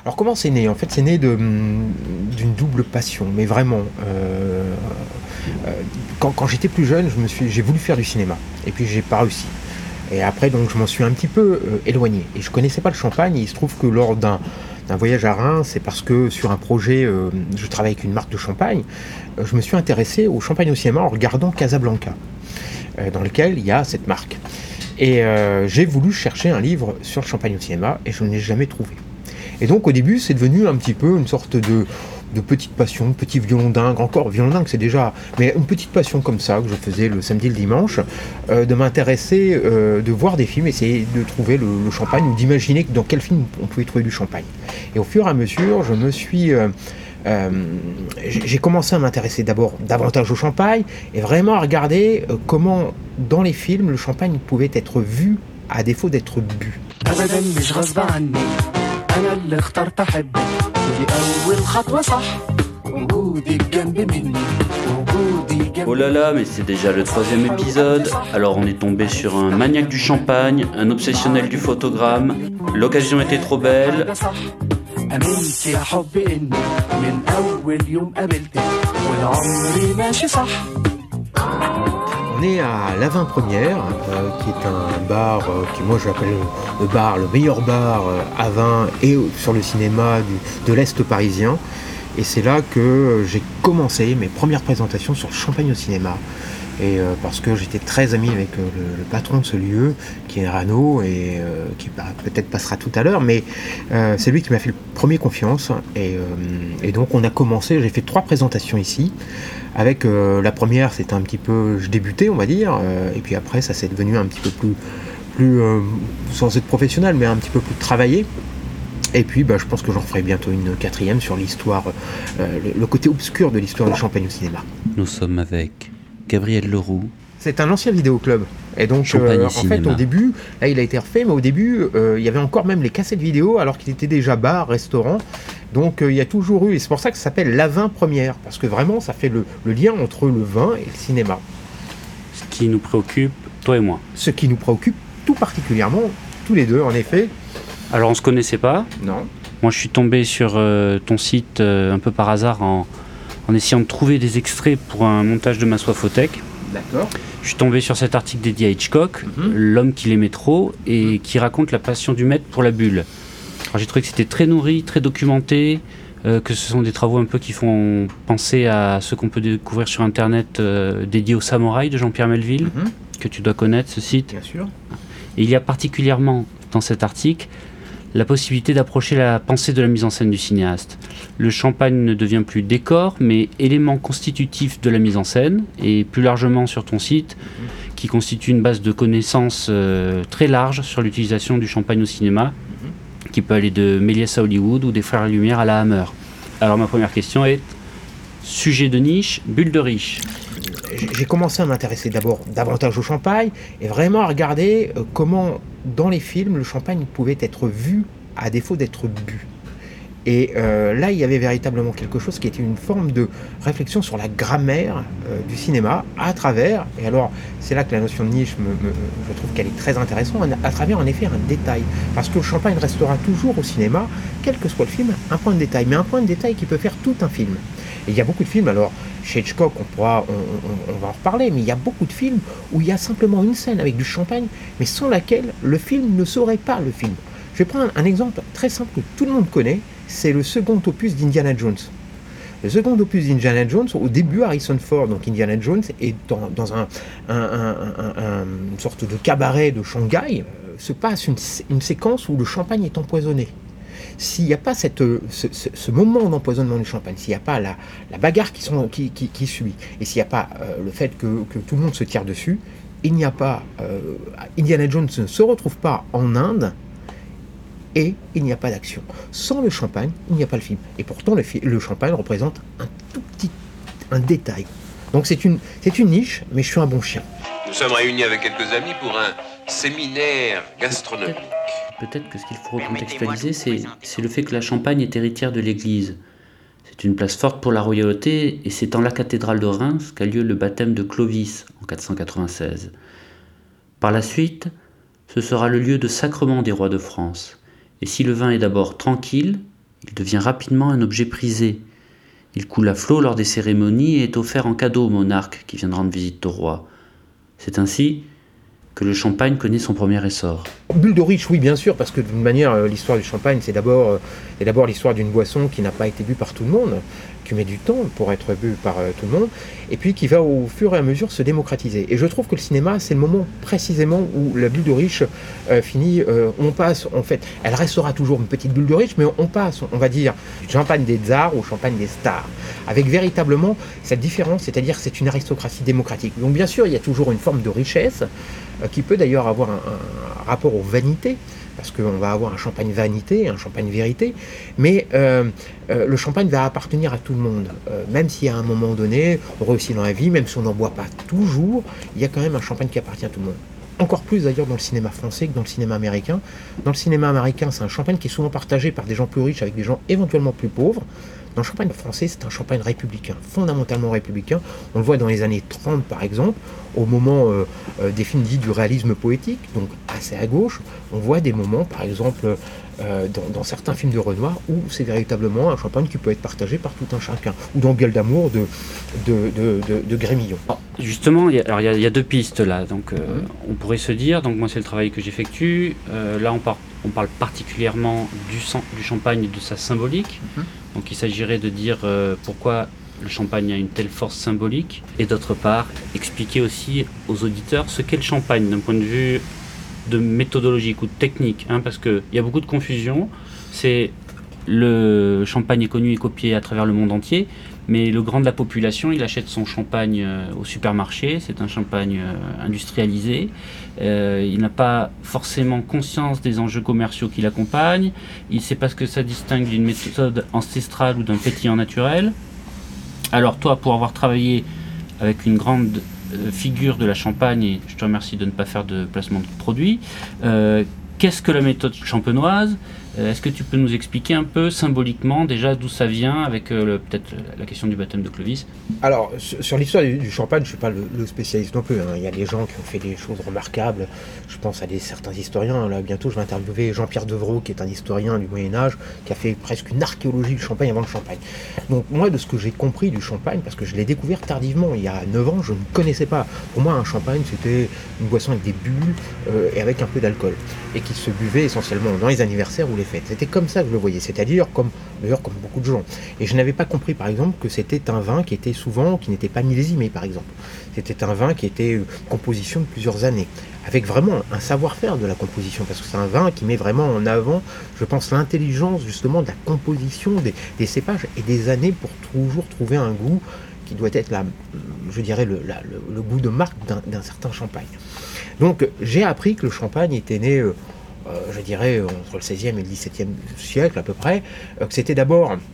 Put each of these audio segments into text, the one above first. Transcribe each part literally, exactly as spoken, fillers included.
Alors comment c'est né? En fait, c'est né de, mmh, d'une double passion, mais vraiment. Heu heu, quand quand j'étais plus jeune, je me suis j'ai voulu faire du cinéma et puis j'ai pas réussi et après donc je m'en suis un petit peu, heu, éloigné et je connaissais pas le champagne et il se trouve que lors d'un d'un voyage à Reims, c'est parce que sur un projet, hem, je travaille avec une marque de champagne, heu, je me suis intéressé au champagne au cinéma en regardant Casablanca, heu, dans lequel il y a cette marque et heu, j'ai voulu chercher un livre sur le champagne au cinéma et je ne l'ai jamais trouvé. Et donc au début, c'est devenu un petit peu une sorte de de petite passion, petit violon dingue, encore violon dingue, c'est déjà mais une petite passion comme ça que je faisais le samedi et le dimanche, heu, de m'intéresser, heu, de voir des films, essayer de trouver le le champagne ou d'imaginer dans quel film on pouvait trouver du champagne. Et au fur et à mesure, je me suis, heu, hem, j'ai j'ai commencé à m'intéresser d'abord davantage au champagne et vraiment à regarder, heu, comment dans les films, le champagne pouvait être vu à défaut d'être bu. أبداً مش غصب عني أنا اللي اخترت أحبك ودي أول خطوة صح وجودك جنب مني وجودي جنب Oh là là, mais c'est déjà le troisième épisode. Alors on est tombé sur un maniaque du champagne, un obsessionnel du photogramme. L'occasion était trop belle. صح أمنت يا حب إني من أول يوم قابلتك والعمر ماشي صح. On est à l'Avin-Première, euh, qui est un bar euh, qui moi je l'appelle le bar, le meilleur bar euh, à vin et euh, sur le cinéma du, de l'Est parisien. Et c'est là que euh, j'ai commencé mes premières présentations sur le champagne au cinéma. Et euh, parce que j'étais très ami avec euh, le, le patron de ce lieu, qui est Rano, et euh, qui bah, peut-être passera tout à l'heure, mais euh, c'est lui qui m'a fait le premier confiance. Et, euh, et donc on a commencé, j'ai fait trois présentations ici. Avec euh, la première, c'était un petit peu, je débutais, on va dire, euh, et puis après, ça s'est devenu un petit peu plus, plus euh, sans être professionnel, mais un petit peu plus travaillé. Et puis, bah, je pense que j'en ferai bientôt une quatrième sur l'histoire, euh, le, le côté obscur de l'histoire du champagne au cinéma. Nous sommes avec Gabriel Leroux. C'est un ancien vidéoclub. Et donc, Champagne euh, et en fait, cinéma. au début, là, il a été refait, mais au début, euh, il y avait encore même les cassettes vidéo, alors qu'il était déjà bar, restaurant. Donc, euh, il y a toujours eu, et c'est pour ça que ça s'appelle l'Avin-Première, parce que vraiment, ça fait le, le lien entre le vin et le cinéma. Ce qui nous préoccupe, toi et moi. Ce qui nous préoccupe tout particulièrement, tous les deux, en effet. Alors on se connaissait pas. Non. Moi je suis tombé sur euh, ton site euh, un peu par hasard en, en essayant de trouver des extraits pour un montage de ma Soifothèque. D'accord. Je suis tombé sur cet article dédié à Hitchcock, Mhm. L'homme qui l'aimait trop, et qui raconte la passion du maître pour la bulle. Alors j'ai trouvé que c'était très nourri, très documenté, euh, que ce sont des travaux un peu qui font penser à ce qu'on peut découvrir sur internet euh, dédié au samouraï de Jean-Pierre Melville, Mhm. que tu dois connaître ce site. Bien sûr. Et il y a particulièrement dans cet article la possibilité d'approcher la pensée de la mise en scène du cinéaste. Le champagne ne devient plus décor, mais élément constitutif de la mise en scène, et plus largement sur ton site, mmh. qui constitue une base de connaissances euh, très large sur l'utilisation du champagne au cinéma, mmh. qui peut aller de Méliès à Hollywood ou des Frères Lumière à la Hammer. Alors ma première question est, sujet de niche, bulle de riche. J'ai commencé à m'intéresser d'abord davantage au champagne et vraiment à regarder euh, comment dans les films le champagne pouvait être vu à défaut d'être bu. Et euh, là, il y avait véritablement quelque chose qui était une forme de réflexion sur la grammaire euh, du cinéma à travers, et alors c'est là que la notion de niche, me, me, je trouve qu'elle est très intéressante, à travers en effet un détail. Parce que le champagne restera toujours au cinéma, quel que soit le film, un point de détail, mais un point de détail qui peut faire tout un film. Et il y a beaucoup de films, alors chez Hitchcock, on, pourra, on, on, on va en reparler, mais il y a beaucoup de films où il y a simplement une scène avec du champagne, mais sans laquelle le film ne serait pas le film. Je vais prendre un exemple très simple que tout le monde connaît, c'est le second opus d'Indiana Jones. Le second opus d'Indiana Jones, au début, Harrison Ford, donc Indiana Jones, est dans, dans un, un, un, un, un, une sorte de cabaret de Shanghai, euh, se passe une, une séquence où le champagne est empoisonné. S'il n'y a pas cette, ce, ce, ce moment d'empoisonnement du champagne, s'il n'y a pas la, la bagarre qui, sont, qui, qui, qui suit, et s'il n'y a pas euh, le fait que, que tout le monde se tire dessus, il n'y a pas, euh, Indiana Jones ne se retrouve pas en Inde, et il n'y a pas d'action. Sans le champagne, il n'y a pas le film. Et pourtant, le, fi- le champagne représente un tout petit un détail. Donc c'est une, c'est une niche, mais je suis un bon chien. Nous sommes réunis avec quelques amis pour un séminaire gastronomique. Peut-être que ce qu'il faut recontextualiser, c'est, c'est le fait que la Champagne est héritière de l'Église. C'est une place forte pour la royauté, et c'est dans la cathédrale de Reims qu'a lieu le baptême de Clovis en quatre cent quatre-vingt-seize. Par la suite, ce sera le lieu de sacrement des rois de France. Et si le vin est d'abord tranquille, devient rapidement un objet prisé. Il coule à flot lors des cérémonies et est offert en cadeau au monarque qui vient de rendre visite au roi. C'est ainsi que le champagne connaît son premier essor. Bulle de riche, oui, bien sûr, parce que d'une manière, euh, l'histoire du champagne, c'est d'abord, euh, c'est d'abord l'histoire d'une boisson qui n'a pas été bue par tout le monde, qui met du temps pour être bue par euh, tout le monde, et puis qui va au fur et à mesure se démocratiser. Et je trouve que le cinéma, c'est le moment précisément où la bulle de riche euh, finit, euh, on passe, en fait, elle restera toujours une petite bulle de riche, mais on, on passe, on va dire, du champagne des tsars au champagne des stars, avec véritablement cette différence, c'est-à-dire que c'est une aristocratie démocratique. Donc bien sûr, il y a toujours une forme de richesse, euh, qui peut d'ailleurs avoir un, un rapport aux vanités, parce qu'on va avoir un champagne vanité, un champagne vérité, mais euh, euh, le champagne va appartenir à tout le monde, euh, même si à un moment donné, on réussit dans la vie, même si on n'en boit pas toujours, il y a quand même un champagne qui appartient à tout le monde. Encore plus d'ailleurs dans le cinéma français que dans le cinéma américain. Dans le cinéma américain, c'est un champagne qui est souvent partagé par des gens plus riches avec des gens éventuellement plus pauvres. Dans le champagne français, c'est un champagne républicain, fondamentalement républicain. On le voit dans les années trente, par exemple, au moment euh, euh, des films dits du réalisme poétique, donc assez à gauche. On voit des moments, par exemple, euh, dans, dans certains films de Renoir, où c'est véritablement un champagne qui peut être partagé par tout un chacun. Ou dans Gueule d'amour de, de, de, de, de Grémillon. Justement, il y, a, alors il, y a, il y a deux pistes là. Donc, euh, mmh. On pourrait se dire, donc moi c'est le travail que j'effectue. Euh, là, on, part, on parle particulièrement du, sang, du champagne et de sa symbolique. Mmh. Donc il s'agirait de dire euh, pourquoi le champagne a une telle force symbolique, et d'autre part, expliquer aussi aux auditeurs ce qu'est le champagne d'un point de vue de méthodologique ou de technique, hein, parce qu'il y a beaucoup de confusion. C'est le champagne est connu et copié à travers le monde entier, mais le grand de la population, il achète son champagne euh, au supermarché, c'est un champagne euh, industrialisé, euh, il n'a pas forcément conscience des enjeux commerciaux qui l'accompagnent, il ne sait pas ce que ça distingue d'une méthode ancestrale ou d'un pétillant naturel. Alors toi, pour avoir travaillé avec une grande euh, figure de la Champagne, et je te remercie de ne pas faire de placement de produit, euh, qu'est-ce que la méthode champenoise ? Est-ce que tu peux nous expliquer un peu symboliquement déjà d'où ça vient avec euh, le, peut-être la question du baptême de Clovis ? Alors, sur, sur l'histoire du, du champagne, je ne suis pas le, le spécialiste non plus. Hein. Il y a des gens qui ont fait des choses remarquables. Je pense à des, certains historiens. Là, bientôt, je vais interviewer Jean-Pierre Devreau, qui est un historien du Moyen-Âge, qui a fait presque une archéologie du champagne avant le champagne. Donc, moi, de ce que j'ai compris du champagne, parce que je l'ai découvert tardivement, il y a neuf ans, je ne connaissais pas. Pour moi, un champagne, c'était une boisson avec des bulles euh, et avec un peu d'alcool. Et qui se buvait essentiellement dans les anniversaires ou les fêtes. C'était comme ça que je le voyais, c'est-à-dire comme, d'ailleurs comme beaucoup de gens. Et je n'avais pas compris par exemple que c'était un vin qui était souvent, qui n'était pas millésimé par exemple. C'était un vin qui était une composition de plusieurs années, avec vraiment un savoir-faire de la composition, parce que c'est un vin qui met vraiment en avant, je pense, l'intelligence justement de la composition des, des cépages et des années pour toujours trouver un goût qui doit être, la, je dirais, le, la, le, le goût de marque d'un, d'un certain champagne. Donc j'ai appris que le champagne était né... Euh, Euh, je dirais entre le seizième et le dix-septième siècle à peu près, euh, que c'était d'abord un,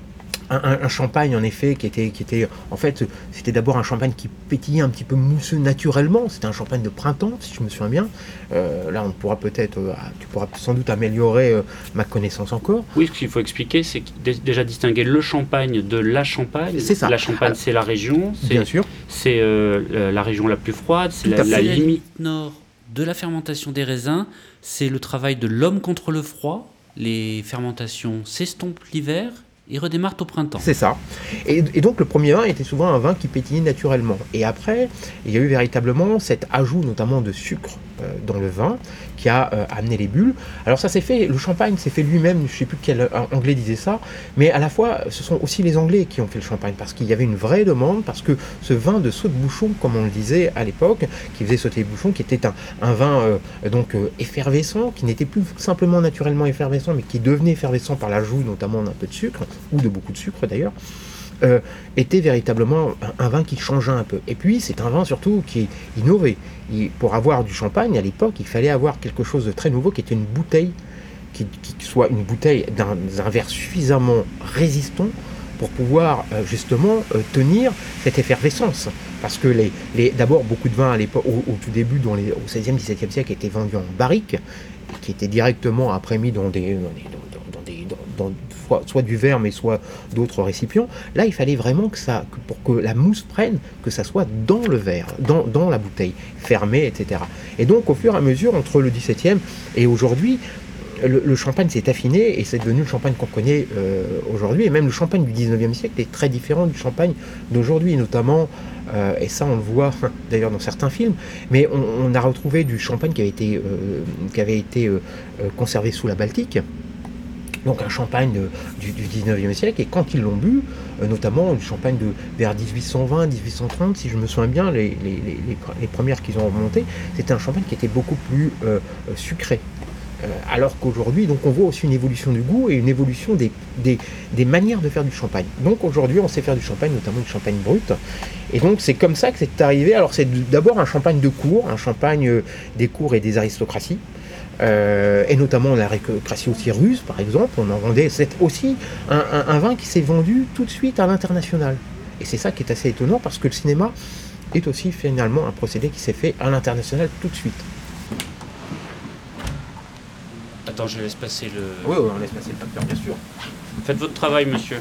un, un champagne en effet qui était, qui était, en fait, c'était d'abord un champagne qui pétillait un petit peu mousseux naturellement, c'était un champagne de printemps si je me souviens bien, euh, là on pourra peut-être, euh, tu pourras sans doute améliorer euh, ma connaissance encore. Oui, ce qu'il faut expliquer c'est déjà distinguer le champagne de la Champagne. C'est ça. La Champagne ah, c'est la région, c'est, bien sûr. C'est euh, la région la plus froide, c'est la, la limite nord de la fermentation des raisins, c'est le travail de l'homme contre le froid. Les fermentations s'estompent l'hiver et redémarrent au printemps. C'est ça. Et, et donc le premier vin était souvent un vin qui pétillait naturellement. Et après, il y a eu véritablement cet ajout notamment de sucre euh, dans le vin qui a euh, amené les bulles. Alors ça s'est fait, le champagne s'est fait lui-même, je ne sais plus quel anglais disait ça, mais à la fois ce sont aussi les Anglais qui ont fait le champagne parce qu'il y avait une vraie demande, parce que ce vin de saute-bouchon, comme on le disait à l'époque, qui faisait sauter les bouchons, qui était un, un vin euh, donc euh, effervescent, qui n'était plus simplement naturellement effervescent, mais qui devenait effervescent par l'ajout notamment d'un peu de sucre, ou de beaucoup de sucre d'ailleurs, euh, était véritablement un, un vin qui changeait un peu. Et puis c'est un vin surtout qui est innové. Il, pour avoir du champagne à l'époque, il fallait avoir quelque chose de très nouveau qui était une bouteille, qui, qui soit une bouteille d'un, d'un verre suffisamment résistant pour pouvoir euh, justement euh, tenir cette effervescence. Parce que les, les, d'abord beaucoup de vins à l'époque, au, au tout début, dans les, au seizième, dix-septième siècle, étaient vendus en barriques, qui étaient directement après mis dans des, dans des, dans, dans des dans, dans, soit, soit du verre, mais soit d'autres récipients. Là, il fallait vraiment que ça, que pour que la mousse prenne, que ça soit dans le verre, dans, dans la bouteille, fermée, et cetera. Et donc, au fur et à mesure, entre le dix-septième et aujourd'hui, le, le champagne s'est affiné et c'est devenu le champagne qu'on connaît euh, aujourd'hui. Et même le champagne du dix-neuvième siècle est très différent du champagne d'aujourd'hui, notamment, euh, et ça on le voit d'ailleurs dans certains films, mais on, on a retrouvé du champagne qui avait été, euh, qui avait été euh, conservé sous la Baltique. Donc un champagne de, du, du dix-neuvième siècle, et quand ils l'ont bu, euh, notamment du champagne de vers dix-huit cent vingt dix-huit cent trente, si je me souviens bien, les, les, les, les premières qu'ils ont remontées, c'était un champagne qui était beaucoup plus euh, sucré. Euh, alors qu'aujourd'hui, donc on voit aussi une évolution du goût et une évolution des, des, des manières de faire du champagne. Donc aujourd'hui, on sait faire du champagne, notamment du champagne brut. Et donc c'est comme ça que c'est arrivé. Alors c'est d'abord un champagne de cour, un champagne des cours et des aristocraties. Euh, et notamment l'aristocratie aussi russe, par exemple, on en vendait. C'est aussi un, un, un vin qui s'est vendu tout de suite à l'international. Et c'est ça qui est assez étonnant, parce que le cinéma est aussi finalement un procédé qui s'est fait à l'international tout de suite. Attends, je laisse passer le... Oui, oui, on laisse passer le facteur, bien sûr. Faites votre travail, monsieur.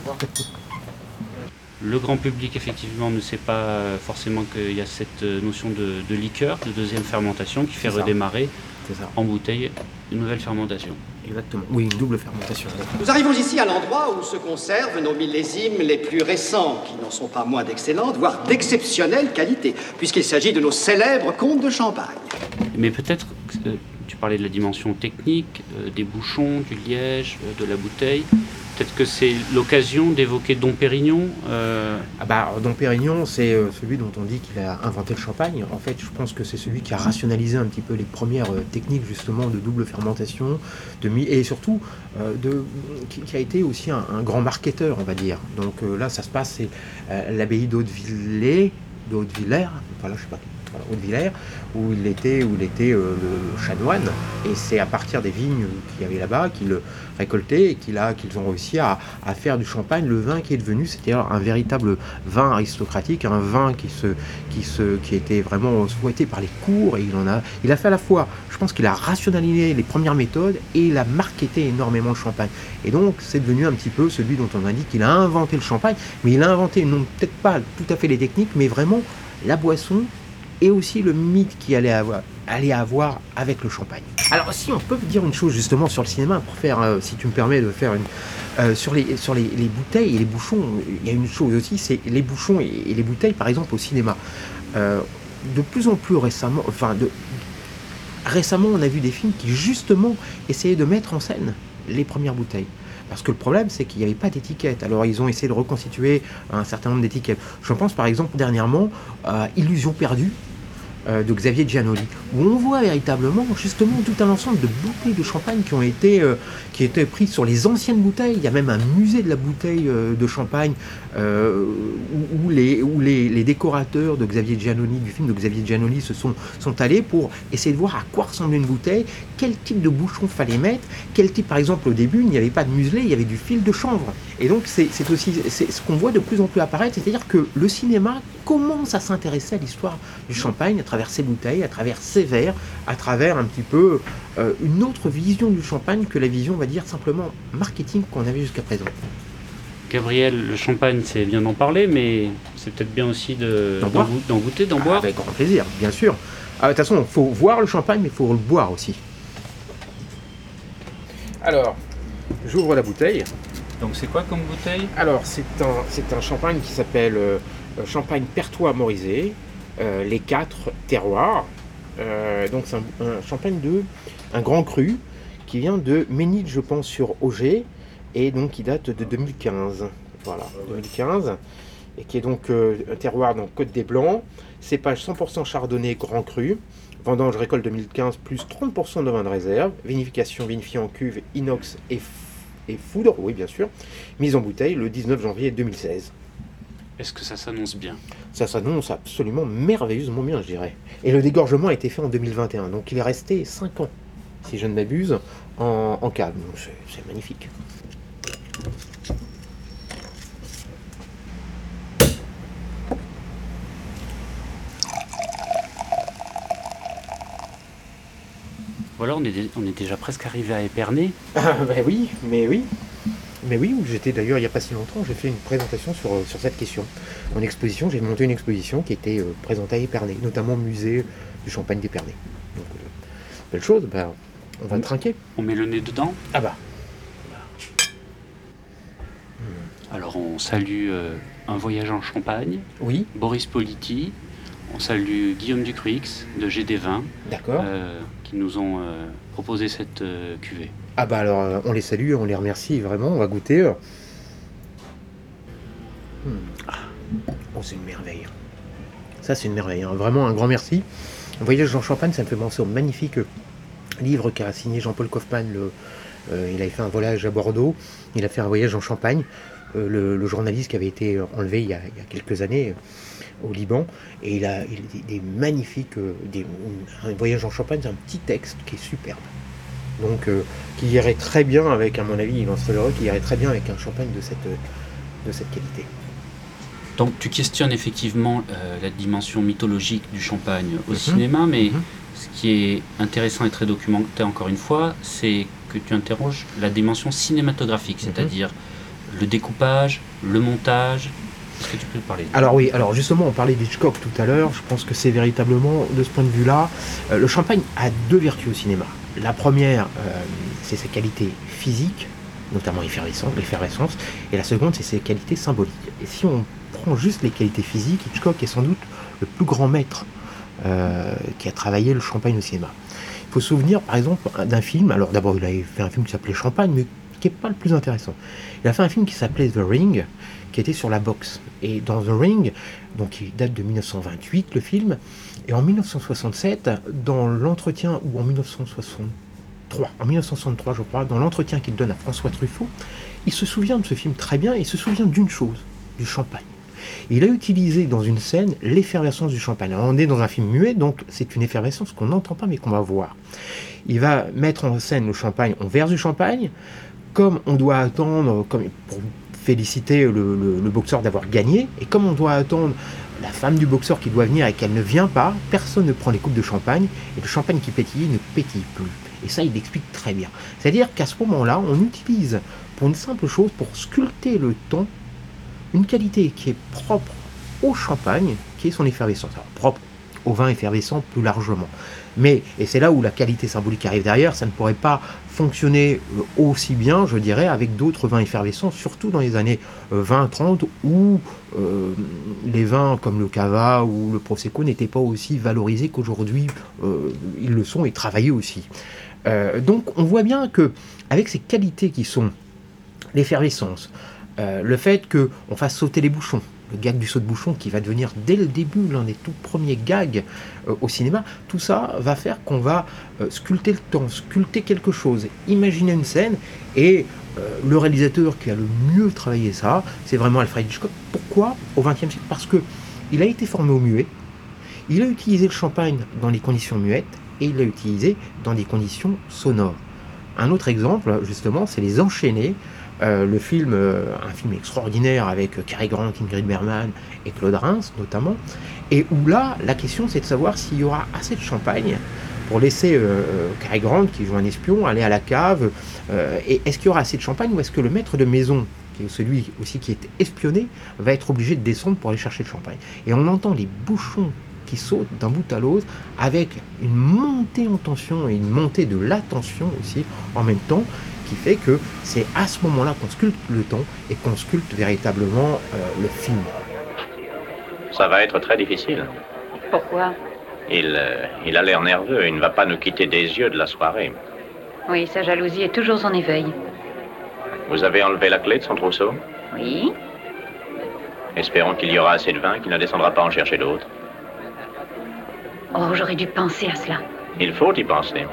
Le grand public, effectivement, ne sait pas forcément qu'il y a cette notion de, de liqueur, de deuxième fermentation, qui fait redémarrer ça. En bouteille une nouvelle fermentation. Exactement. Oui, une double fermentation. Nous arrivons ici à l'endroit où se conservent nos millésimes les plus récents, qui n'en sont pas moins d'excellente, voire d'exceptionnelle qualité, puisqu'il s'agit de nos célèbres comtes de Champagne. Mais peut-être, euh, tu parlais de la dimension technique, euh, des bouchons, du liège, euh, de la bouteille. Peut-être que c'est l'occasion d'évoquer Dom Pérignon. Euh... Ah bah, Dom Pérignon, c'est euh, celui dont on dit qu'il a inventé le champagne. En fait, je pense que c'est celui qui a rationalisé un petit peu les premières euh, techniques justement de double fermentation, de mi- et surtout euh, de, qui, qui a été aussi un, un grand marketeur, on va dire. Donc euh, là, ça se passe, c'est euh, l'abbaye d'Hautevillers, d'Hautevillers, voilà, je sais pas. Haute-Villers, où il était, où il était euh, le chanoine, et c'est à partir des vignes qu'il y avait là-bas qu'il le récoltait et qu'il a, qu'ils ont réussi à, à faire du champagne le vin qui est devenu, c'était un véritable vin aristocratique, un vin qui se, qui se, qui était vraiment souhaité par les cours, et il en a, il a fait à la fois, je pense qu'il a rationalisé les premières méthodes et il a marketé énormément le champagne, et donc c'est devenu un petit peu celui dont on a dit qu'il a inventé le champagne, mais il a inventé non peut-être pas tout à fait les techniques, mais vraiment la boisson et aussi le mythe qu'il allait avoir, allait avoir avec le champagne. Alors si on peut dire une chose justement sur le cinéma, pour faire, euh, si tu me permets de faire une... Euh, sur les, sur les, les bouteilles et les bouchons, il y a une chose aussi, c'est les bouchons et, et les bouteilles par exemple au cinéma. Euh, de plus en plus récemment, enfin de, récemment on a vu des films qui justement essayaient de mettre en scène les premières bouteilles. Parce que le problème, c'est qu'il n'y avait pas d'étiquette. Alors, ils ont essayé de reconstituer un certain nombre d'étiquettes. Je pense, par exemple, dernièrement, à Illusion perdue euh, de Xavier Giannoli, où on voit véritablement, justement, tout un ensemble de bouteilles de champagne qui ont été, euh, qui étaient prises sur les anciennes bouteilles. Il y a même un musée de la bouteille euh, de champagne euh, où, où, les, où les, les décorateurs de Xavier Giannoli, du film de Xavier Giannoli, se sont, sont allés pour essayer de voir à quoi ressemblait une bouteille, quel type de bouchon fallait mettre, quel type, par exemple, au début, il n'y avait pas de muselet, il y avait du fil de chanvre. Et donc, c'est, c'est aussi c'est ce qu'on voit de plus en plus apparaître, c'est-à-dire que le cinéma commence à s'intéresser à l'histoire du champagne à travers ses bouteilles, à travers ses verres, à travers un petit peu euh, une autre vision du champagne que la vision, on va dire, simplement marketing qu'on avait jusqu'à présent. Gabriel, le champagne, c'est bien d'en parler, mais c'est peut-être bien aussi de, d'en, d'en, d'en goûter, d'en ah, boire. Avec grand plaisir, bien sûr. De toute façon, il faut voir le champagne, mais il faut le boire aussi. Alors, j'ouvre la bouteille. Donc c'est quoi comme bouteille? Alors, c'est un, c'est un champagne qui s'appelle euh, Champagne Pertois-Morizet, euh, les quatre terroirs. Euh, donc c'est un, un champagne de un grand cru qui vient de Ménil, je pense, sur Auger, et donc qui date de deux mille quinze. Voilà, deux mille quinze, et qui est donc euh, un terroir dans Côte des Blancs, cépage cent pour cent chardonnay grand cru, vendange récolte deux mille quinze plus trente pour cent de vin de réserve, vinification vinifiée en cuve inox et, f- et foudre, oui bien sûr, mise en bouteille le dix-neuf janvier deux mille seize. Est-ce que ça s'annonce bien? Ça s'annonce absolument merveilleusement bien, je dirais. Et le dégorgement a été fait en deux mille vingt et un, donc il est resté cinq ans, si je ne m'abuse, en, en cave. Donc c'est, c'est magnifique. Voilà, on est, dé- on est déjà presque arrivé à Épernay. Ah, ben oui, mais oui. Mais oui, où j'étais d'ailleurs il n'y a pas si longtemps, j'ai fait une présentation sur, sur cette question. Mon exposition, j'ai monté une exposition qui était euh, présentée à Épernay, notamment au musée du champagne d'Épernay. Donc, euh, belle chose, ben, On va trinquer. On met le nez dedans. Ah bah. Alors on salue euh, Un voyage en Champagne, Oui, Boris Politi, on salue Guillaume Ducruix de G D vingt d'accord. euh, qui nous ont euh, proposé cette euh, cuvée. Ah bah alors, euh, on les salue, on les remercie vraiment, on va goûter. euh. Hmm. Oh, c'est une merveille. Ça, c'est une merveille, hein. Vraiment un grand merci. Un voyage en Champagne, ça me fait penser au magnifique euh, livre qu'a signé Jean-Paul Kaufmann. Le, euh, il avait fait un voyage à Bordeaux, il a fait un voyage en Champagne. Euh, le, le journaliste qui avait été enlevé il y a, il y a quelques années euh, au Liban, et il a, il a des, des magnifiques, euh, des, un voyage en Champagne, c'est un petit texte qui est superbe. Donc, euh, qui irait très bien avec, à mon avis, il en serait heureux, qui irait très bien avec un champagne de cette, de cette qualité. Donc tu questionnes effectivement euh, la dimension mythologique du champagne au Mhm. cinéma, mais Mhm. ce qui est intéressant et très documenté encore une fois, c'est que tu interroges la dimension cinématographique, Mhm. c'est-à-dire le découpage, le montage. Est-ce que tu peux parler de ça? Alors oui, alors justement, on parlait d'Hitchcock tout à l'heure, je pense que c'est véritablement, de ce point de vue-là, euh, le champagne a deux vertus au cinéma. La première, euh, c'est ses qualités physiques, notamment effervescence, l'effervescence, et la seconde, c'est ses qualités symboliques. Et si on prend juste les qualités physiques, Hitchcock est sans doute le plus grand maître euh, qui a travaillé le champagne au cinéma. Il faut se souvenir, par exemple, d'un film, alors d'abord, il avait fait un film qui s'appelait Champagne, mais qui n'est pas le plus intéressant. Il a fait un film qui s'appelait The Ring, qui était sur la boxe. Et dans The Ring, donc il date de mille neuf cent vingt-huit, le film, et en mille neuf cent soixante-sept, dans l'entretien, ou en mille neuf cent soixante-trois, en mille neuf cent soixante-trois, je crois, dans l'entretien qu'il donne à François Truffaut, il se souvient de ce film très bien, et il se souvient d'une chose, du champagne. Il a utilisé dans une scène l'effervescence du champagne. Alors, on est dans un film muet, donc c'est une effervescence qu'on n'entend pas, mais qu'on va voir. Il va mettre en scène le champagne, on verse du champagne, comme on doit attendre, comme pour féliciter le, le, le boxeur d'avoir gagné, et comme on doit attendre la femme du boxeur qui doit venir et qu'elle ne vient pas, personne ne prend les coupes de champagne, et le champagne qui pétillait ne pétille plus. Et ça, il l'explique très bien. C'est-à-dire qu'à ce moment-là, on utilise, pour une simple chose, pour sculpter le ton, une qualité qui est propre au champagne, qui est son effervescence. Alors, propre au vin effervescent plus largement. Mais, et c'est là où la qualité symbolique arrive derrière, ça ne pourrait pas fonctionner aussi bien, je dirais, avec d'autres vins effervescents, surtout dans les années vingt trente, où euh, les vins comme le Cava ou le Prosecco n'étaient pas aussi valorisés qu'aujourd'hui euh, ils le sont et travaillés aussi. Euh, donc on voit bien que avec ces qualités qui sont l'effervescence, euh, le fait qu'on fasse sauter les bouchons, le gag du saut de bouchon qui va devenir dès le début l'un des tout premiers gags euh, au cinéma, tout ça va faire qu'on va euh, sculpter le temps, sculpter quelque chose, imaginer une scène, et euh, le réalisateur qui a le mieux travaillé ça, c'est vraiment Alfred Hitchcock. Pourquoi au vingtième siècle? Parce que il a été formé au muet, il a utilisé le champagne dans les conditions muettes, et il l'a utilisé dans des conditions sonores. Un autre exemple, justement, c'est Les Enchaînés, Euh, le film, euh, un film extraordinaire avec Cary Grant, Ingrid Bergman et Claude Rains notamment, et où là, la question c'est de savoir s'il y aura assez de champagne pour laisser euh, Cary Grant, qui joue un espion, aller à la cave, euh, et est-ce qu'il y aura assez de champagne, ou est-ce que le maître de maison, qui est celui aussi qui est espionné, va être obligé de descendre pour aller chercher le champagne. Et on entend les bouchons qui sautent d'un bout à l'autre, avec une montée en tension et une montée de la tension aussi en même temps, qui fait que c'est à ce moment-là qu'on sculpte le ton et qu'on sculpte véritablement euh, le film. Ça va être très difficile. Pourquoi? Il, euh, il a l'air nerveux, il ne va pas nous quitter des yeux de la soirée. Oui, sa jalousie est toujours en éveil. Vous avez enlevé la clé de son trousseau? Oui? Espérons qu'il y aura assez de vin qu'il ne descendra pas en chercher d'autres. Oh, j'aurais dû penser à cela. Il faut y penser.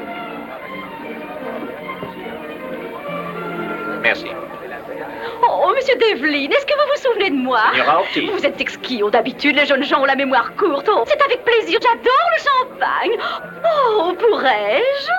Merci. Oh, monsieur Devlin, est-ce que vous vous souvenez de moi? Signora Ortiz. Vous êtes exquis. D'habitude, les jeunes gens ont la mémoire courte. Oh, c'est avec plaisir. J'adore le champagne. Oh, pourrais-je?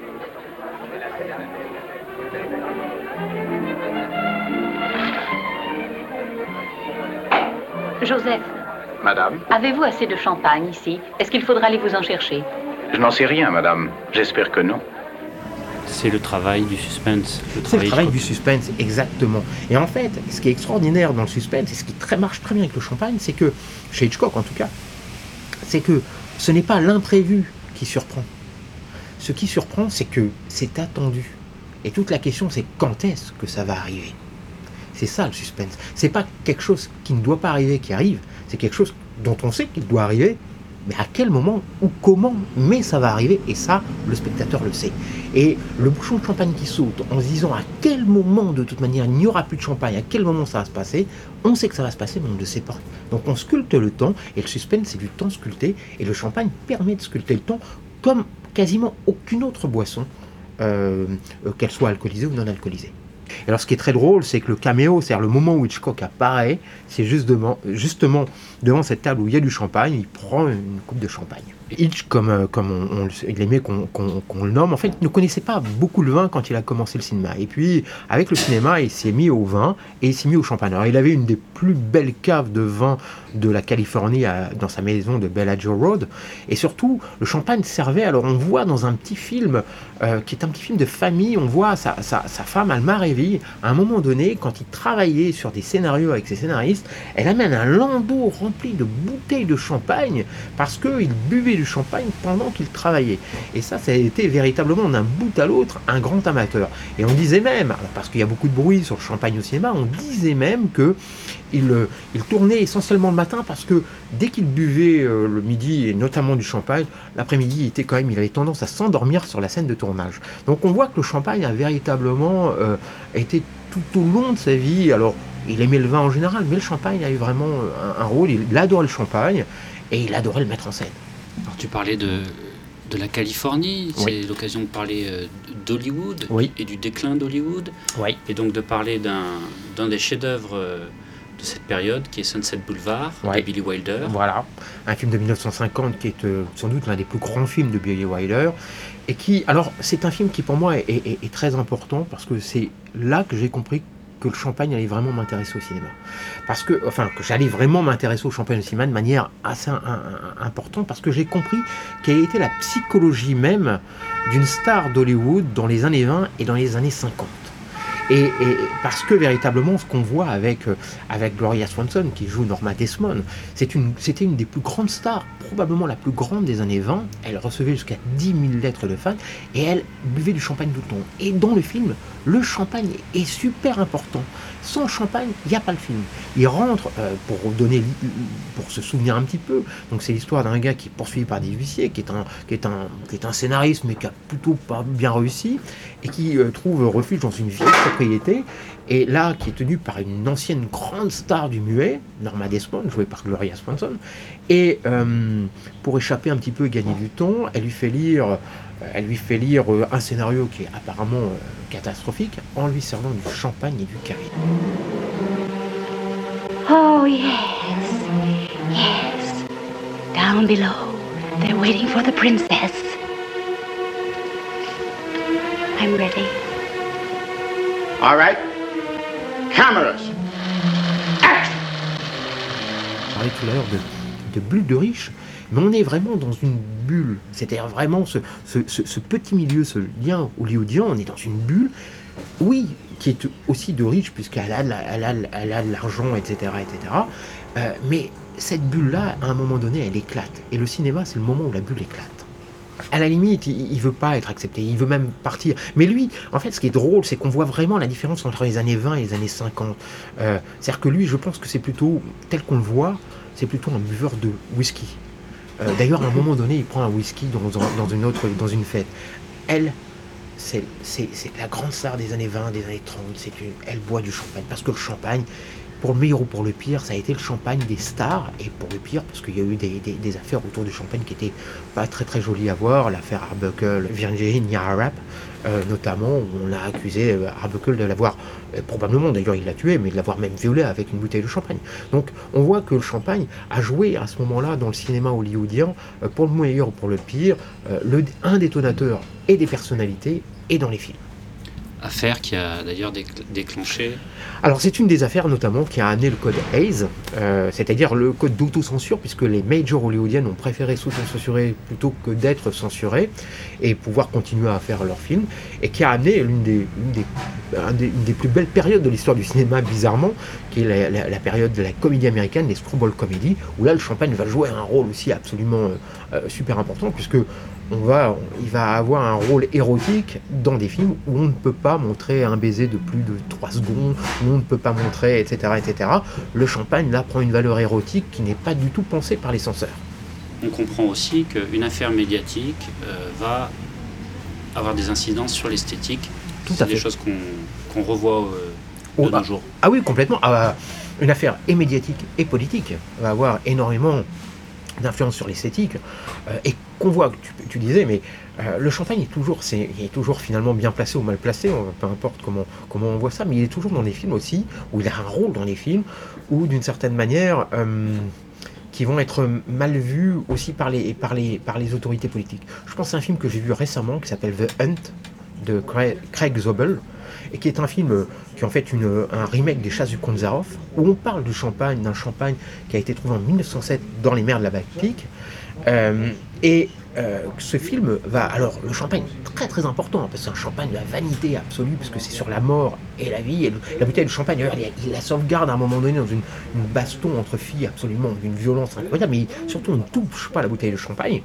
Joseph, Madame? avez-vous assez de champagne ici? Est-ce qu'il faudra aller vous en chercher? Je n'en sais rien, madame. J'espère que non. C'est le travail du suspense. Le C'est le travail Hitchcock. du suspense, exactement. Et en fait, ce qui est extraordinaire dans le suspense, et ce qui très, marche très bien avec le champagne, c'est que, chez Hitchcock en tout cas, c'est que ce n'est pas l'imprévu qui surprend. ce qui surprend, c'est que c'est attendu. Et toute la question, c'est quand est-ce que ça va arriver? C'est ça le suspense. C'est pas quelque chose qui ne doit pas arriver qui arrive, c'est quelque chose dont on sait qu'il doit arriver, mais à quel moment ou comment, mais ça va arriver, et ça, le spectateur le sait. Et le bouchon de champagne qui saute en se disant à quel moment, de toute manière, il n'y aura plus de champagne, à quel moment ça va se passer, on sait que ça va se passer, mais on ne le sait pas. Donc on sculpte le temps, et le suspense, c'est du temps sculpté, et le champagne permet de sculpter le temps comme quasiment aucune autre boisson, euh, qu'elle soit alcoolisée ou non alcoolisée. Et alors ce qui est très drôle, c'est que le caméo, c'est-à-dire le moment où Hitchcock apparaît, c'est justement, justement devant cette table où il y a du champagne, il prend une coupe de champagne. Hitch, comme, comme on, on, il aimait qu'on, qu'on, qu'on le nomme, en fait, il ne connaissait pas beaucoup le vin quand il a commencé le cinéma. Et puis, avec le cinéma, il s'est mis au vin et il s'est mis au champagne. Alors, il avait une des plus belles caves de vin de la Californie à, dans sa maison de Bellagio Road. Et surtout, le champagne servait, alors on voit dans un petit film, euh, qui est un petit film de famille, on voit sa, sa, sa femme, Alma Revi, à un moment donné, quand il travaillait sur des scénarios avec ses scénaristes, elle amène un landau rempli de bouteilles de champagne parce qu'il buvait du champagne pendant qu'il travaillait. Et ça, ça a été véritablement d'un bout à l'autre un grand amateur. Et on disait même, alors parce qu'il y a beaucoup de bruit sur le champagne au cinéma, on disait même que il, il tournait essentiellement le matin parce que dès qu'il buvait euh, le midi et notamment du champagne, l'après-midi, il était quand même, il avait tendance à s'endormir sur la scène de tournage. Donc on voit que le champagne a véritablement euh, été tout au long de sa vie. Alors il aimait le vin en général, mais le champagne a eu vraiment un, un rôle. Il adorait le champagne et il adorait le mettre en scène. Alors tu parlais de, de la Californie, c'est oui. l'occasion de parler euh, d'Hollywood oui. et du déclin d'Hollywood, oui. et donc de parler d'un, d'un des chefs-d'œuvre euh, de cette période qui est Sunset Boulevard, oui. de Billy Wilder. Voilà, un film de dix-neuf cent cinquante qui est euh, sans doute l'un des plus grands films de Billy Wilder, et qui, alors c'est un film qui pour moi est, est, est très important parce que c'est là que j'ai compris que le champagne allait vraiment m'intéresser au cinéma. Parce que, enfin, que j'allais vraiment m'intéresser au champagne au cinéma de manière assez un, un, importante, parce que j'ai compris quelle était la psychologie même d'une star d'Hollywood dans les années vingt et dans les années cinquante. Et, et parce que véritablement, ce qu'on voit avec, avec Gloria Swanson, qui joue Norma Desmond, c'est une, c'était une des plus grandes stars, probablement la plus grande des années vingt. Elle recevait jusqu'à dix mille lettres de fans, et elle buvait du champagne tout le temps. Et dans le film, le champagne est super important. Sans champagne, il n'y a pas le film. Il rentre, euh, pour donner, pour se souvenir un petit peu, donc c'est l'histoire d'un gars qui est poursuivi par des huissiers, qui est un, qui est un, qui est un scénariste, mais qui a plutôt pas bien réussi, et qui euh, trouve refuge dans une vieille propriété, et là, qui est tenu par une ancienne grande star du muet, Norma Desmond, jouée par Gloria Swanson, et euh, pour échapper un petit peu et gagner du temps, elle lui fait lire, elle lui fait lire un scénario qui est apparemment euh, catastrophique, en lui servant du champagne et du curry. Oh yes, yes. Down below, they're waiting for the princess. I'm ready. All right. Cameras. Action. On parlait tout à l'heure de, de bulle de riche, mais on est vraiment dans une bulle. C'est-à-dire vraiment ce, ce, ce, ce petit milieu, ce lien hollywoodien, on est dans une bulle, oui, qui est aussi de riche, puisqu'elle a, elle a, elle a de l'argent, et cetera, et cetera. Euh, mais cette bulle-là, à un moment donné, elle éclate. Et le cinéma, c'est le moment où la bulle éclate. À la limite, il ne veut pas être accepté, il veut même partir. Mais lui, en fait, ce qui est drôle, c'est qu'on voit vraiment la différence entre les années vingt et les années cinquante. Euh, c'est-à-dire que lui, je pense que c'est plutôt, tel qu'on le voit, c'est plutôt un buveur de whisky. Euh, d'ailleurs, à un moment donné, il prend un whisky dans, dans, une, autre, dans une fête. Elle, c'est, c'est, c'est la grande star des années vingt, des années trente. C'est une, elle boit du champagne, parce que le champagne, pour le meilleur ou pour le pire, ça a été le champagne des stars, et pour le pire, parce qu'il y a eu des, des, des affaires autour du champagne qui étaient pas très très jolies à voir, l'affaire Arbuckle, Virginia Rapp, euh, notamment, où on a accusé Arbuckle de l'avoir, euh, probablement d'ailleurs il l'a tué, mais de l'avoir même violé avec une bouteille de champagne. Donc on voit que le champagne a joué à ce moment-là dans le cinéma hollywoodien, euh, pour le meilleur ou pour le pire, euh, le, un détonateur et des personnalités, et dans les films. Affaire qui a d'ailleurs déclenché... Alors c'est une des affaires notamment qui a amené le code Hays, euh, c'est-à-dire le code d'autocensure, puisque les majors hollywoodiennes ont préféré s'autocensurer plutôt que d'être censurés et pouvoir continuer à faire leurs films, et qui a amené l'une des, une des, un des, une des plus belles périodes de l'histoire du cinéma, bizarrement, qui est la, la, la période de la comédie américaine, les screwball comedy, où là le champagne va jouer un rôle aussi absolument euh, super important, puisque on va, il va avoir un rôle érotique dans des films où on ne peut pas montrer un baiser de plus de trois secondes, où on ne peut pas montrer, et cetera, et cetera. Le champagne, là, prend une valeur érotique qui n'est pas du tout pensée par les censeurs. On comprend aussi qu'une affaire médiatique euh, va avoir des incidences sur l'esthétique. Tout C'est à des choses qu'on, qu'on revoit euh, de Oh, nos ah, jours. Ah oui, complètement. Ah, une affaire et médiatique et politique va avoir énormément d'influence sur l'esthétique euh, et qu'on voit, tu, tu disais, mais euh, le champagne est toujours, c'est, il est toujours finalement bien placé ou mal placé, on, peu importe comment, comment on voit ça, mais il est toujours dans les films aussi, où il a un rôle dans les films, où d'une certaine manière, euh, qui vont être mal vus aussi par les, par, les, par les autorités politiques. Je pense à un film que j'ai vu récemment qui s'appelle The Hunt de Craig, Craig Zobel, et qui est un film qui est en fait une, un remake des Chasses du comte Zaroff, où on parle du champagne, d'un champagne qui a été trouvé en mille neuf cent sept dans les mers de la Baltique. Euh, et euh, ce film va... Alors, le champagne est très très important, parce que c'est un champagne de la vanité absolue, parce que c'est sur la mort et la vie. Et le, la bouteille de champagne, d'ailleurs, il, il la sauvegarde à un moment donné dans une, une baston entre filles absolument d'une violence incroyable, mais surtout on ne touche pas la bouteille de champagne.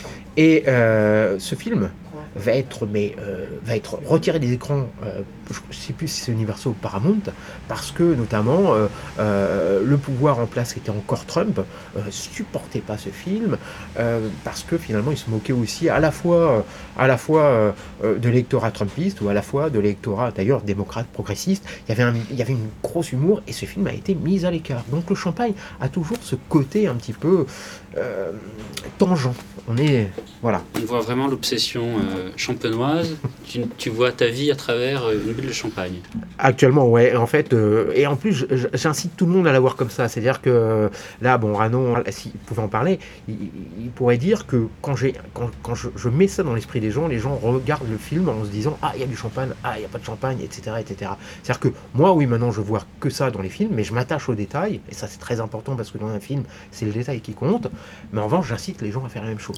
Et euh, ce film va être, mais, euh, va être retiré des écrans, euh, je ne sais plus si c'est Universal ou Paramount, parce que notamment euh, euh, le pouvoir en place, qui était encore Trump, euh, supportait pas ce film, euh, parce que finalement il se moquait aussi à la fois, à la fois euh, de l'électorat trumpiste, ou à la fois de l'électorat d'ailleurs démocrate progressiste. Il y avait, un, il y avait une grosse humour, et ce film a été mis à l'écart. Donc le champagne a toujours ce côté un petit peu euh, tangent. On est, voilà. On voit vraiment l'obsession euh, champenoise. tu, tu vois ta vie à travers une bulle de champagne. Actuellement, ouais. En fait, euh, et en plus, je, je, j'incite tout le monde à la voir comme ça. C'est-à-dire que là, bon, Rano, s'il pouvait en parler, il, il pourrait dire que quand, j'ai, quand, quand je, je mets ça dans l'esprit des gens, les gens regardent le film en se disant ah, il y a du champagne, ah, il n'y a pas de champagne, et cetera, et cetera. C'est-à-dire que moi, oui, maintenant, je vois que ça dans les films, mais je m'attache aux détails, et ça, c'est très important parce que dans un film, c'est le détail qui compte. Mais en revanche, j'incite les gens à faire la même chose.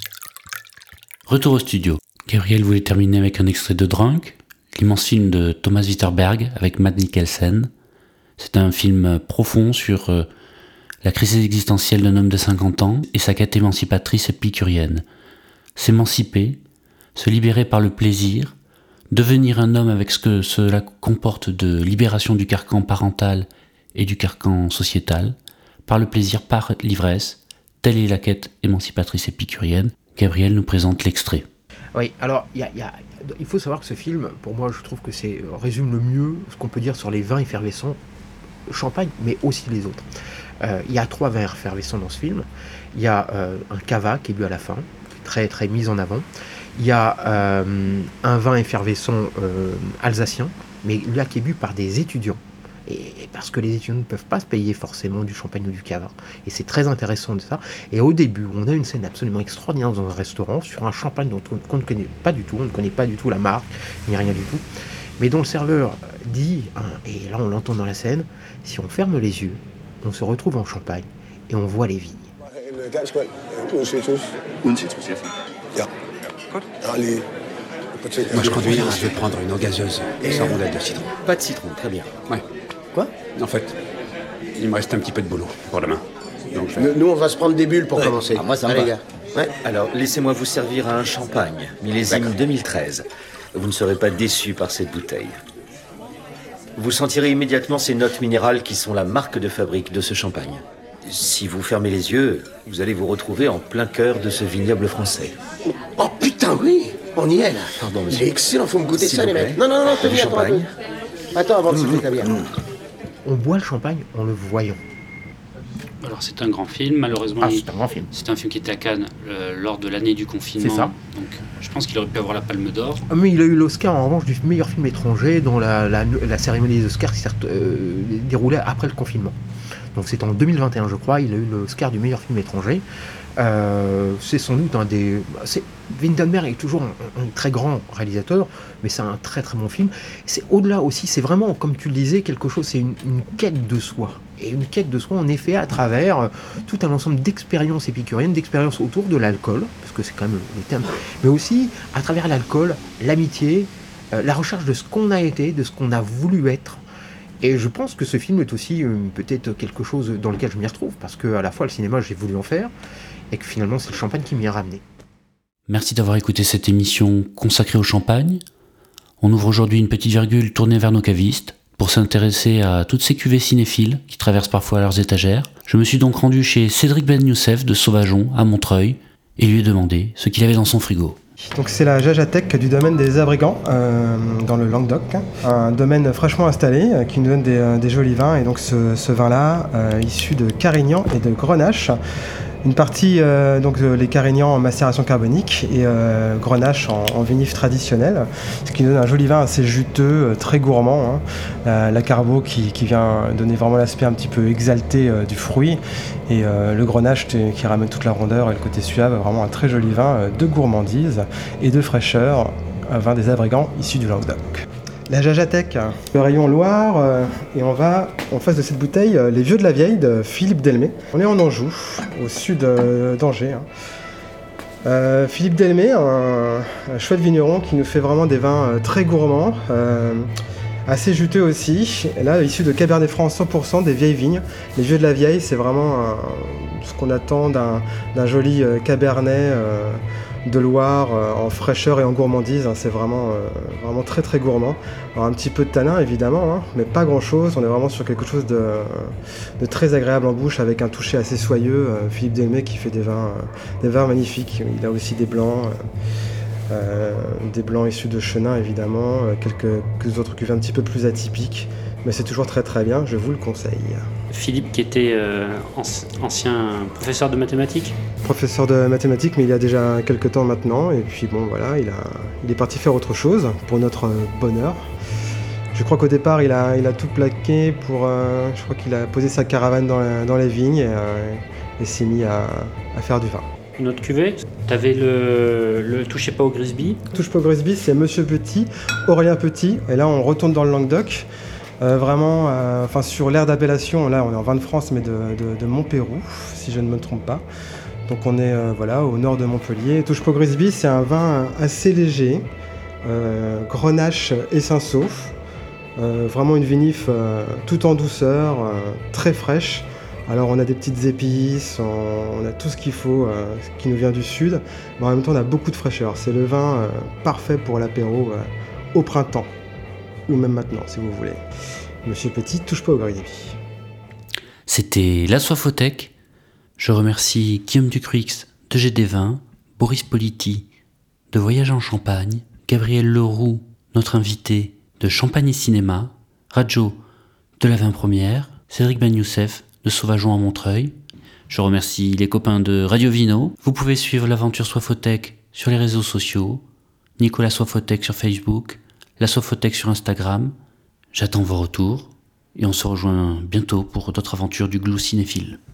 Retour au studio. Gabriel voulait terminer avec un extrait de Drunk, l'immense film de Thomas Winterberg avec Mads Mikkelsen. C'est un film profond sur euh, la crise existentielle d'un homme de cinquante ans et sa quête émancipatrice épicurienne. S'émanciper, se libérer par le plaisir, devenir un homme avec ce que cela comporte de libération du carcan parental et du carcan sociétal, par le plaisir, par l'ivresse, telle est la quête émancipatrice épicurienne. Gabriel nous présente l'extrait. Oui, alors y a, y a, il faut savoir que ce film, pour moi, je trouve que c'est résume le mieux ce qu'on peut dire sur les vins effervescents, champagne, mais aussi les autres. Euh, il y a trois vins effervescents dans ce film. Il y a euh, un cava qui est bu à la fin, très très mis en avant. Il y a euh, un vin effervescent euh, alsacien, mais là qui est bu par des étudiants. Et parce que les étudiants ne peuvent pas se payer forcément du champagne ou du cava. Et c'est très intéressant de ça. Et au début, on a une scène absolument extraordinaire dans un restaurant sur un champagne dont on, on ne connaît pas du tout, on ne connaît pas du tout la marque, ni rien du tout, mais dont le serveur dit, hein, et là on l'entend dans la scène, si on ferme les yeux, on se retrouve en Champagne et on voit les vignes. Moi je conduis, je vais prendre une eau gazeuse sans rondelle de citron. Pas de citron, très bien. Ouais. Quoi ? En fait, il me reste un petit peu de boulot pour demain. Donc je... Nous, on va se prendre des bulles pour ouais. commencer. Ah, moi, ça me Allez, va. gars. Ouais. Alors, laissez-moi vous servir un champagne, millésime deux mille treize. Vous ne serez pas déçus par cette bouteille. Vous sentirez immédiatement ces notes minérales qui sont la marque de fabrique de ce champagne. Si vous fermez les yeux, vous allez vous retrouver en plein cœur de ce vignoble français. Oh putain, oui, on y est là. Pardon, monsieur. Il est excellent, faut me goûter S'il ça, vous les plaît. mecs. Non, non, non, Du tenez, attends un peu. champagne. Attends, avant de siffler ta bière. On boit le champagne en le voyant. Alors c'est un grand film, malheureusement. Ah, il... c'est un grand film. C'est un film qui était à Cannes euh, lors de l'année du confinement. C'est ça. Donc je pense qu'il aurait pu avoir la Palme d'Or. Mais il a eu l'Oscar en revanche du meilleur film étranger dans la, la, la cérémonie des Oscars qui s'est euh, déroulée après le confinement. Donc c'est en deux mille vingt et un je crois, il a eu l'Oscar du meilleur film étranger. Euh, c'est sans doute un des... C'est... Winterberg est toujours un, un très grand réalisateur, mais c'est un très très bon film. C'est au-delà aussi, c'est vraiment, comme tu le disais, quelque chose, c'est une, une quête de soi. Et une quête de soi, en effet, à travers euh, tout un ensemble d'expériences épicuriennes, d'expériences autour de l'alcool, parce que c'est quand même le terme, mais aussi à travers l'alcool, l'amitié, euh, la recherche de ce qu'on a été, de ce qu'on a voulu être. Et je pense que ce film est aussi euh, peut-être quelque chose dans lequel je m'y retrouve, parce que à la fois le cinéma, j'ai voulu en faire, et que finalement c'est le champagne qui m'y a ramené. Merci d'avoir écouté cette émission consacrée au champagne. On ouvre aujourd'hui une petite virgule tournée vers nos cavistes pour s'intéresser à toutes ces cuvées cinéphiles qui traversent parfois leurs étagères. Je me suis donc rendu chez Cédric Ben Youssef de Sauvageon à Montreuil et lui ai demandé ce qu'il avait dans son frigo. Donc c'est la Jajatec du domaine des Abrigants euh, dans le Languedoc, un domaine fraîchement installé euh, qui nous donne des, euh, des jolis vins, et donc ce, ce vin-là euh, issu de Carignan et de Grenache. Une partie, euh, donc euh, les Carignans en macération carbonique et euh, Grenache en, en vinif traditionnel, ce qui nous donne un joli vin assez juteux, euh, très gourmand. Hein. La, la carbo qui, qui vient donner vraiment l'aspect un petit peu exalté euh, du fruit, et euh, le Grenache t- qui ramène toute la rondeur et le côté suave, vraiment un très joli vin euh, de gourmandise et de fraîcheur, un vin des Abrigants issu du Languedoc. La Jajatec, le rayon Loire, euh, et on va en face de cette bouteille, euh, les Vieux de la Vieille de Philippe Delmé. On est en Anjou, au sud euh, d'Angers. Hein. Euh, Philippe Delmé, un, un chouette vigneron qui nous fait vraiment des vins euh, très gourmands, euh, assez juteux aussi. Et là, issu de Cabernet Franc cent pour cent des vieilles vignes. Les Vieux de la Vieille, c'est vraiment un, ce qu'on attend d'un, d'un joli euh, Cabernet euh, de Loire euh, en fraîcheur et en gourmandise. Hein, c'est vraiment, euh, vraiment très très gourmand. Alors un petit peu de tanin évidemment, hein, mais pas grand chose. On est vraiment sur quelque chose de, de très agréable en bouche, avec un toucher assez soyeux. Euh, Philippe Delmé qui fait des vins, euh, des vins magnifiques. Il a aussi des blancs, euh, euh, des blancs issus de Chenin évidemment, euh, quelques, quelques autres cuvées un petit peu plus atypiques. Mais c'est toujours très très bien, je vous le conseille. Philippe qui était euh, ancien professeur de mathématiques. Professeur de mathématiques, mais il y a déjà quelques temps maintenant. Et puis bon, voilà, il, a, il est parti faire autre chose pour notre bonheur. Je crois qu'au départ, il a, il a tout plaqué pour... Euh, je crois qu'il a posé sa caravane dans, la, dans les vignes et, euh, et s'est mis à, à faire du vin. Une autre cuvée, t'avais le, le Touchez pas au Grisby. Touche pas au Grisby, c'est Monsieur Petit, Aurélien Petit. Et là, on retourne dans le Languedoc. Euh, vraiment, euh, enfin sur l'aire d'appellation, là on est en vin de France, mais de, de, de Montpérou, si je ne me trompe pas. Donc on est euh, voilà, au nord de Montpellier. Touche pas au Grisby, c'est un vin assez léger, euh, Grenache et Cinsault. Euh, vraiment une vinif euh, tout en douceur, euh, très fraîche. Alors on a des petites épices, on, on a tout ce qu'il faut, euh, qui nous vient du sud, mais en même temps on a beaucoup de fraîcheur. C'est le vin euh, parfait pour l'apéro euh, au printemps. Ou même maintenant, si vous voulez. Monsieur Petit, touche pas au Grisby. C'était La Soifothèque. Je remercie Guillaume Ducruix de G D vingt, Boris Politi de Voyage en Champagne, Gabriel Leroux, notre invité de Champagne et Cinéma, Radjo de la vingt Première, Cédric Ben Youssef de Sauvageon à Montreuil. Je remercie les copains de Radio Vino. Vous pouvez suivre l'aventure Soifothèque sur les réseaux sociaux, Nicolas Soifothèque sur Facebook, La Soifothèque sur Instagram. J'attends vos retours et on se rejoint bientôt pour d'autres aventures du glou cinéphile.